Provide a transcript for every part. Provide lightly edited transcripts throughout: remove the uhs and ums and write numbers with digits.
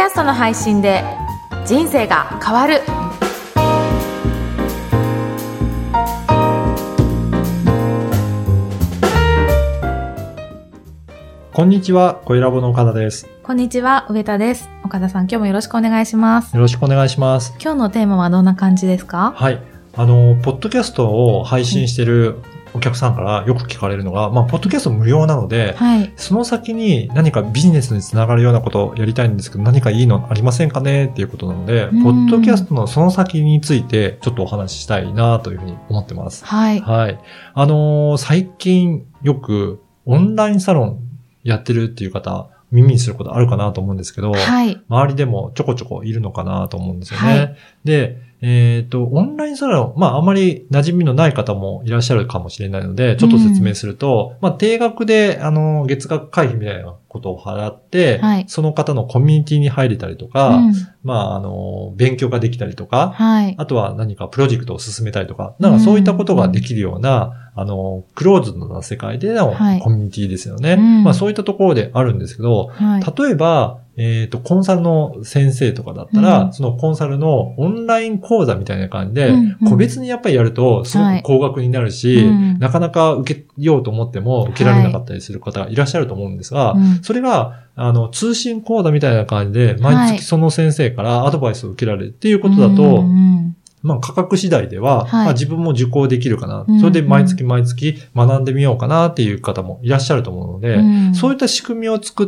キャストの配信で人生が変わる。 こんにちは、声ラボの岡田です。 こんにちは、上田です。岡田さん、今日もよろしくお願いします。 よろしくお願いします。 今日のテーマはどんな感じですか？ はい。ポッドキャストを配信しているお客さんからよく聞かれるのが、ポッドキャスト無料なので、 はい、 その先に何かビジネスにつながるようなことをやりたいんですけど、何かいいのありませんかねっていうことなので、ポッドキャストのその先についてちょっとお話ししたいなというふうに思ってます。 はい。 はい。最近よくオンラインサロンやってるっていう方、耳にすることあるかなと思うんですけど、 はい、 周りでもちょこちょこいるのかなと思うんですよね。 はい、 で、オンラインサロン、あまり馴染みのない方もいらっしゃるかもしれないので、ちょっと説明すると、定額で、月額会費みたいなことを払って、 はい、 その方のコミュニティに入れたりとか、勉強ができたりとか、 はい、 あとは何かプロジェクトを進めたりとか、そういったことができるような、クローズドな世界でのコミュニティですよね。そういったところであるんですけど、例えば、コンサルの先生とかだったら、そのコンサルのオンライン講座みたいな感じで、個別にやっぱりやるとすごく高額になるし、なかなか受けようと思っても受けられなかったりする方がいらっしゃると思うんですが、それが、通信講座みたいな感じで、毎月その先生からアドバイスを受けられるっていうことだと、価格次第では、自分も受講できるかな。それで毎月学んでみようかなっていう方もいらっしゃると思うので、そういった仕組みを作って、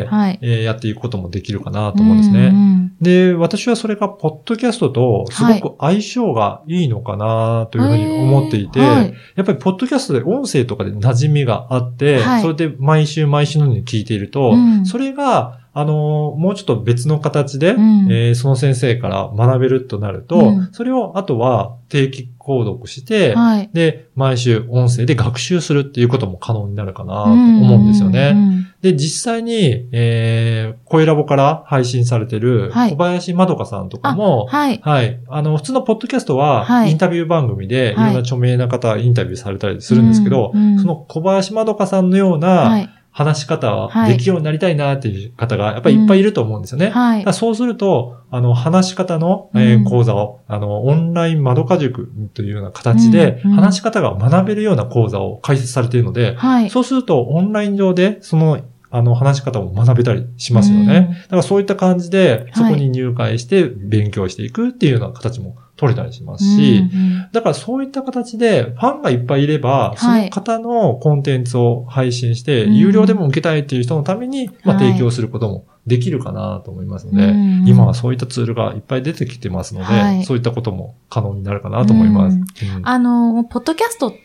やっていくこともできるかなと思うんですね。で、私はそれがポッドキャストとすごく相性がいいのかなというふうに思っていて、やっぱりポッドキャストで音声とかで馴染みがあって、それで毎週のように聞いていると、それがもうちょっと別の形で、その先生から学べるとなると、それをあとは定期購読して、で、毎週音声で学習するっていうことも可能になるかなと思うんですよね。で、実際に、声ラボから配信されてる小林まどかさんとかも、普通のポッドキャストはインタビュー番組でいろんな著名な方インタビューされたりするんですけど、その小林まどかさんのような、話し方はできるようになりたいなっていう方がやっぱりいっぱいいると思うんですよね。そうすると、話し方の、講座を、オンラインまどか塾というような形で、話し方が学べるような講座を開設されているので、そうするとオンライン上でその話し方を学べたりしますよね。だからそういった感じで、そこに入会して勉強していくっていうような形も取れたりしますし、だからそういった形でファンがいっぱいいれば、その方のコンテンツを配信して、有料でも受けたいっていう人のために、提供することもできるかなと思いますので、今はそういったツールがいっぱい出てきてますので、そういったことも可能になるかなと思います。 ポッドキャストって、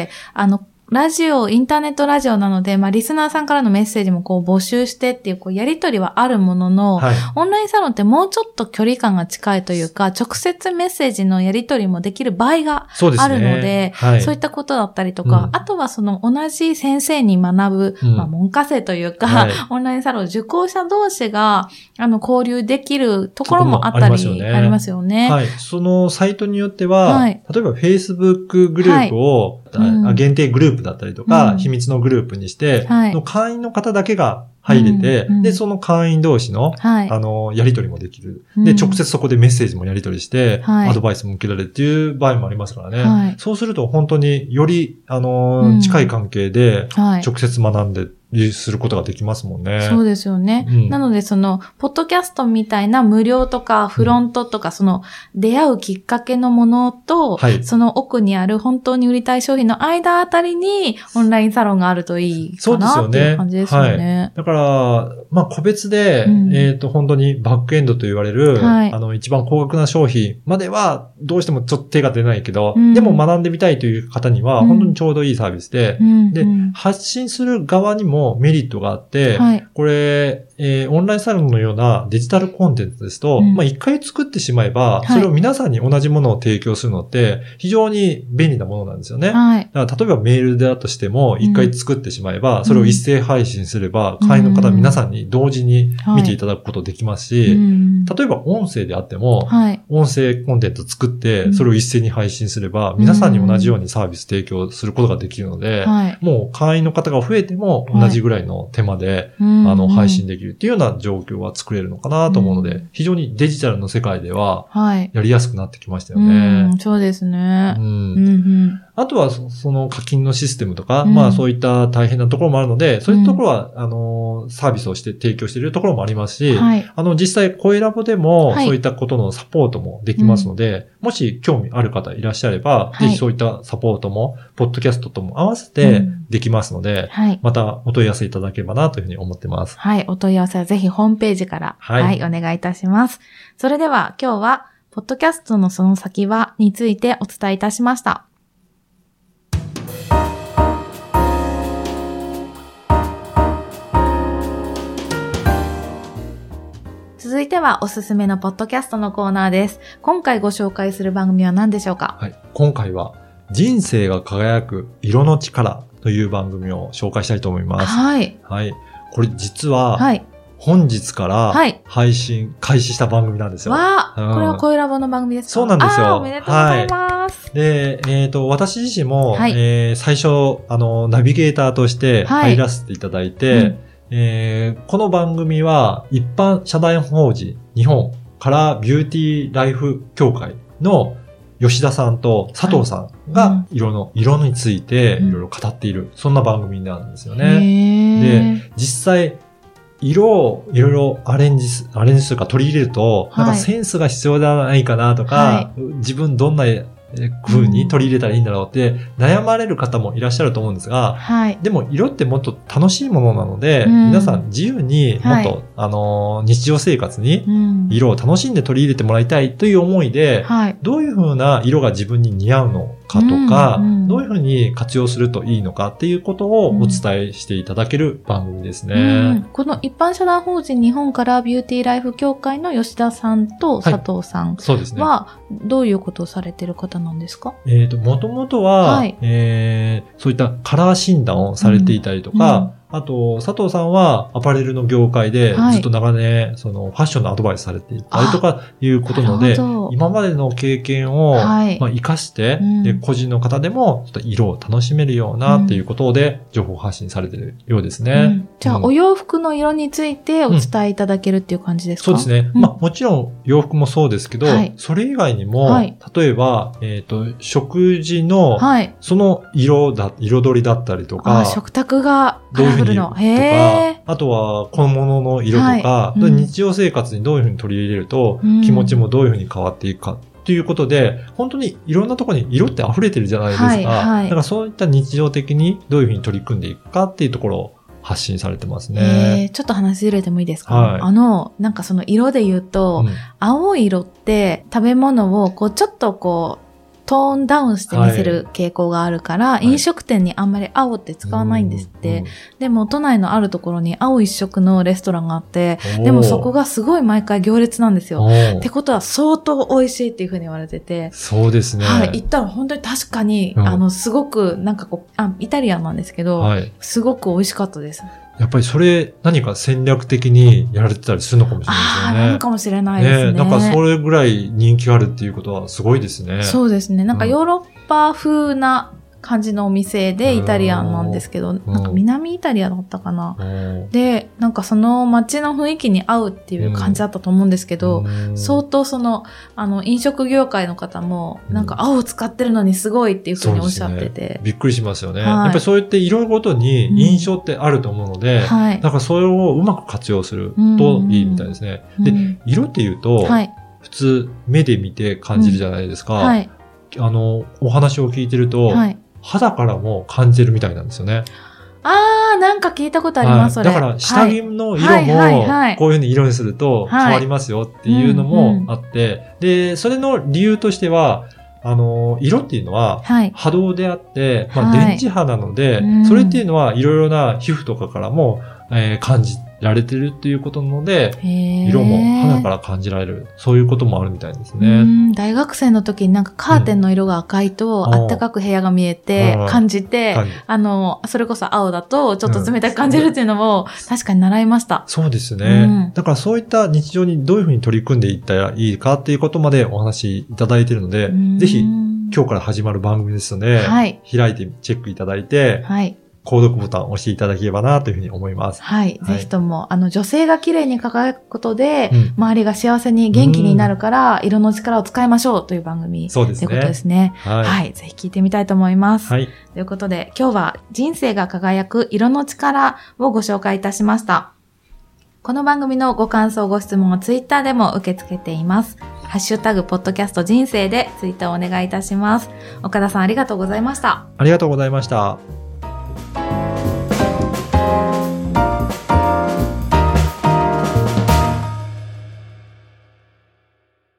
ラジオ、インターネットラジオなので、リスナーさんからのメッセージも募集してっていう、やりとりはあるものの、オンラインサロンってもうちょっと距離感が近いというか、直接メッセージのやりとりもできる場合があるので、そういったことだったりとか、あとは同じ先生に学ぶ、門下生というか、オンラインサロン受講者同士が、交流できるところもあったり、ありますよね。 そのサイトによっては、例えば Facebook グループを、限定グループだったりとか、秘密のグループにして、会員の方だけが入れて、で、その会員同士の、やり取りもできる。で、直接そこでメッセージもやり取りして、アドバイスも受けられるっていう場合もありますからね。そうすると本当により、近い関係で、直接学んですることができますもんね。 そうですよね。なので、ポッドキャストみたいな無料とかフロントとか、出会うきっかけのものと、その奥にある本当に売りたい商品の間あたりに、オンラインサロンがあるといいかなっていう感じですよね。 だから、個別で、本当にバックエンドと言われる、一番高額な商品までは、どうしてもちょっと手が出ないけど、でも学んでみたいという方には、本当にちょうどいいサービスで、で、発信する側にもメリットがあって、これ、オンラインサロンのようなデジタルコンテンツですと、一回作ってしまえば、それを皆さんに同じものを提供するのって、非常に便利なものなんですよね。だから例えばメールであとしても、一回作ってしまえば、それを一斉配信すれば、会員の方皆さんに同時に見ていただくことできますし、 例えば音声であっても、 はい、 音声コンテンツ作って、それを一斉に配信すれば、皆さんに同じようにサービス提供することができるので、もう会員の方が増えても同じぐらいの手間で、配信できるっていうような状況が作れるのかなと思うので、非常にデジタルの世界では、やりやすくなってきましたよね。 そうですね。 あとは、その課金のシステムとか、そういった大変なところもあるので、そういったところは、サービスをして提供しているところもありますし、実際、声ラボでも、そういったことのサポートもできますので、もし興味ある方いらっしゃれば、ぜひそういったサポートも、ポッドキャストとも合わせてできますので、またお問い合わせいただければなというふうに思ってます。 はい、お問い合わせはぜひホームページから、お願いいたします。それでは、今日は、ポッドキャストのその先はについてお伝えいたしました。続いてはおすすめのポッドキャストのコーナーです。今回ご紹介する番組は何でしょうか？ はい、今回は人生が輝く色の力という番組を紹介したいと思います。はい。はい。これ実は、本日から配信開始した番組なんですよ。 わあ、これは声ラボの番組ですか？ そうなんですよ。 おめでとうございます。 で、私自身も、最初、ナビゲーターとして入らせていただいて、この番組は一般社団法人日本カラービューティーライフ協会の吉田さんと佐藤さんが色についていろいろ語っている、そんな番組なんですよね。で、実際色をいろいろアレンジするか取り入れると、なんかセンスが必要ではないかなとか、自分どんな風に取り入れたらいいんだろうって悩まれる方もいらっしゃると思うんですが、でも色ってもっと楽しいものなので、皆さん自由にもっと、日常生活に色を楽しんで取り入れてもらいたいという思いで、どういう風な色が自分に似合うのかとか、どういう風に活用するといいのかっていうことをお伝えしていただける番組ですね。 この一般社団法人日本カラービューティーライフ協会の吉田さんと佐藤さんはどういうことをされている方なんですか？ もともとは、そういったカラー診断をされていたりとか、あと、佐藤さんはアパレルの業界でずっと長年、ファッションのアドバイスされていたりとかいうことなので、今までの経験を、活かして、で、個人の方でもちょっと色を楽しめるようなっていうことで情報発信されているようですね。 じゃあ、お洋服の色についてお伝えいただけるっていう感じですか？ そうですね。もちろん洋服もそうですけど、それ以外にも、例えば、食事の、その彩りだったりとか、 食卓がカラフルの。 あとは小物の色とか、日常生活にどういうふうに取り入れると、気持ちもどういうふうに変わっていくかということで、本当にいろんなところに色って溢れてるじゃないですか。だからそういった日常的にどういうふうに取り組んでいくかっていうところを発信されてますね。 ちょっと話ずれてもいいですか？なんかその色で言うと、青い色って食べ物をちょっとトーンダウンして見せる傾向があるから、飲食店にあんまり青って使わないんですって。でも都内のあるところに青一色のレストランがあって、でもそこがすごい毎回行列なんですよ。ってことは相当美味しいっていうふうに言われてて。 そうですね。 行ったら本当に確かに、すごくなんかイタリアンなんですけど、すごく美味しかったです。 やっぱりそれ何か戦略的にやられてたりするのかもしれないですよね。 なのかもしれないですね。 なんかそれぐらい人気があるっていうことはすごいですね。 そうですね。なんかヨーロッパ風な感じのお店でイタリアンなんですけど、なんか南イタリアだったかな。で、なんかその街の雰囲気に合うっていう感じだったと思うんですけど、相当飲食業界の方も、なんか青を使ってるのにすごいっていうふうにおっしゃってて。 びっくりしますよね。やっぱりそうやって色ごとに印象ってあると思うので、だからそれをうまく活用するといいみたいですね。で、色っていうと、普通目で見て感じるじゃないですか。お話を聞いてると、肌からも感じるみたいなんですよね。 なんか聞いたことあります、それ。 だから下着の色も、こういうふうに色にすると変わりますよっていうのもあって、で、それの理由としては、色っていうのは波動であって、電磁波なので、それっていうのはいろいろな皮膚とかからも、感じられてるっていうことなので、色も肌から感じられる。そういうこともあるみたいですね。 大学生の時になんかカーテンの色が赤いと、あったかく部屋が見えて、感じて、それこそ青だとちょっと冷たく感じるっていうのを確かに習いました。 そうですね。だからそういった日常にどういうふうに取り組んでいったらいいかっていうことまでお話しいただいているので、ぜひ今日から始まる番組ですので、開いてチェックいただいて、購読ボタンを押していただければなというふうに思います。 はい。ぜひとも、女性が綺麗に輝くことで、周りが幸せに元気になるから、色の力を使いましょうという番組。そうですね。ということですね。はい。ぜひ聞いてみたいと思います。はい。ということで、今日は人生が輝く色の力をご紹介いたしました。この番組のご感想、ご質問はツイッターでも受け付けています。ハッシュタグ、ポッドキャスト人生でツイートをお願いいたします。岡田さんありがとうございました。 ありがとうございました。